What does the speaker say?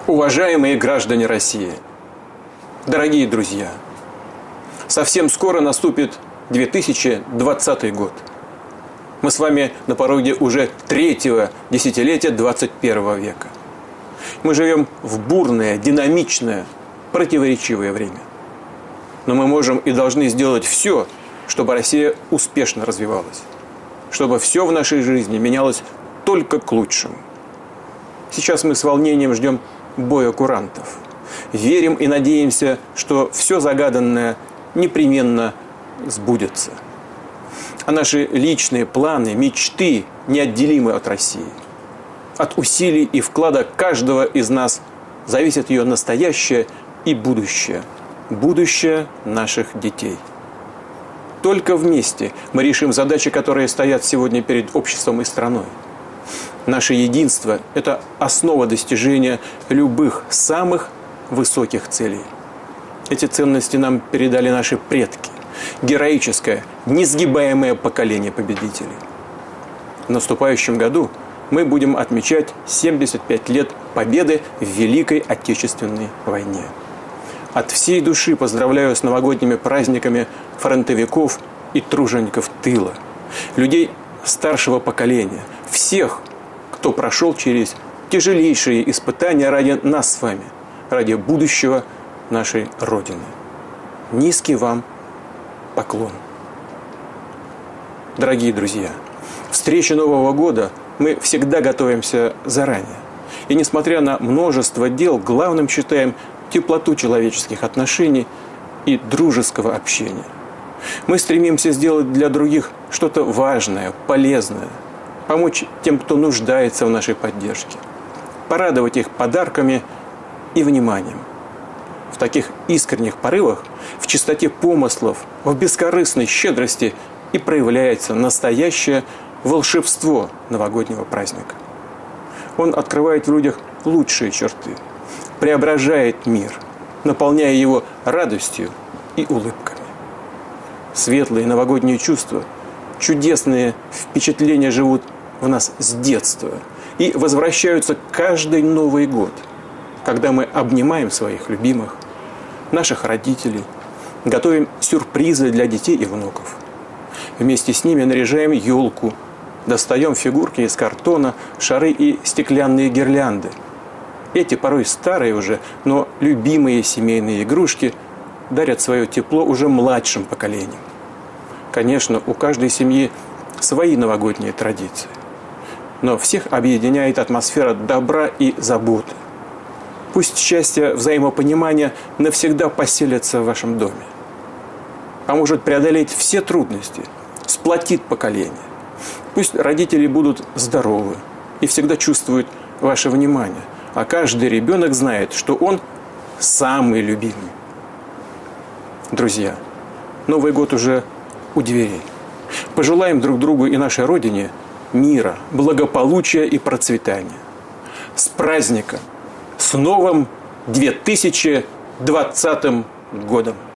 Уважаемые граждане России, дорогие друзья, совсем скоро наступит 2020 год. Мы с вами на пороге уже третьего десятилетия 21 века. Мы живем в бурное, динамичное, противоречивое время. Но мы можем и должны сделать все, чтобы Россия успешно развивалась. Чтобы все в нашей жизни менялось только к лучшему. Сейчас мы с волнением ждем боя курантов. Верим и надеемся, что все загаданное непременно сбудется. А наши личные планы, мечты неотделимы от России. От усилий и вклада каждого из нас зависит ее настоящее и будущее. Будущее наших детей. Только вместе мы решим задачи, которые стоят сегодня перед обществом и страной. Наше единство – это основа достижения любых самых высоких целей. Эти ценности нам передали наши предки. Героическое, несгибаемое поколение победителей. В наступающем году мы будем отмечать 75 лет победы в Великой Отечественной войне. От всей души поздравляю с новогодними праздниками фронтовиков и тружеников тыла, людей старшего поколения, всех, кто прошел через тяжелейшие испытания ради нас с вами, ради будущего нашей Родины. Низкий вам поклон. Дорогие друзья, к встрече Нового года мы всегда готовимся заранее. И несмотря на множество дел, главным считаем теплоту человеческих отношений и дружеского общения. Мы стремимся сделать для других что-то важное, полезное, помочь тем, кто нуждается в нашей поддержке, порадовать их подарками и вниманием. В таких искренних порывах, в чистоте помыслов, в бескорыстной щедрости и проявляется настоящее волшебство новогоднего праздника. Он открывает в людях лучшие черты, преображает мир, наполняя его радостью и улыбками. Светлые новогодние чувства, чудесные впечатления живут в нас с детства и возвращаются каждый Новый год, когда мы обнимаем своих любимых, наших родителей, готовим сюрпризы для детей и внуков. Вместе с ними наряжаем елку, достаем фигурки из картона, шары и стеклянные гирлянды. Эти порой старые уже, но любимые семейные игрушки дарят свое тепло уже младшим поколениям. Конечно, у каждой семьи свои новогодние традиции. Но всех объединяет атмосфера добра и заботы. Пусть счастье, взаимопонимание навсегда поселится в вашем доме. Поможет преодолеть все трудности, сплотит поколение. Пусть родители будут здоровы и всегда чувствуют ваше внимание. А каждый ребенок знает, что он самый любимый. Друзья, Новый год уже у дверей. Пожелаем друг другу и нашей Родине мира, благополучия и процветания. С праздником! С новым 2020 годом!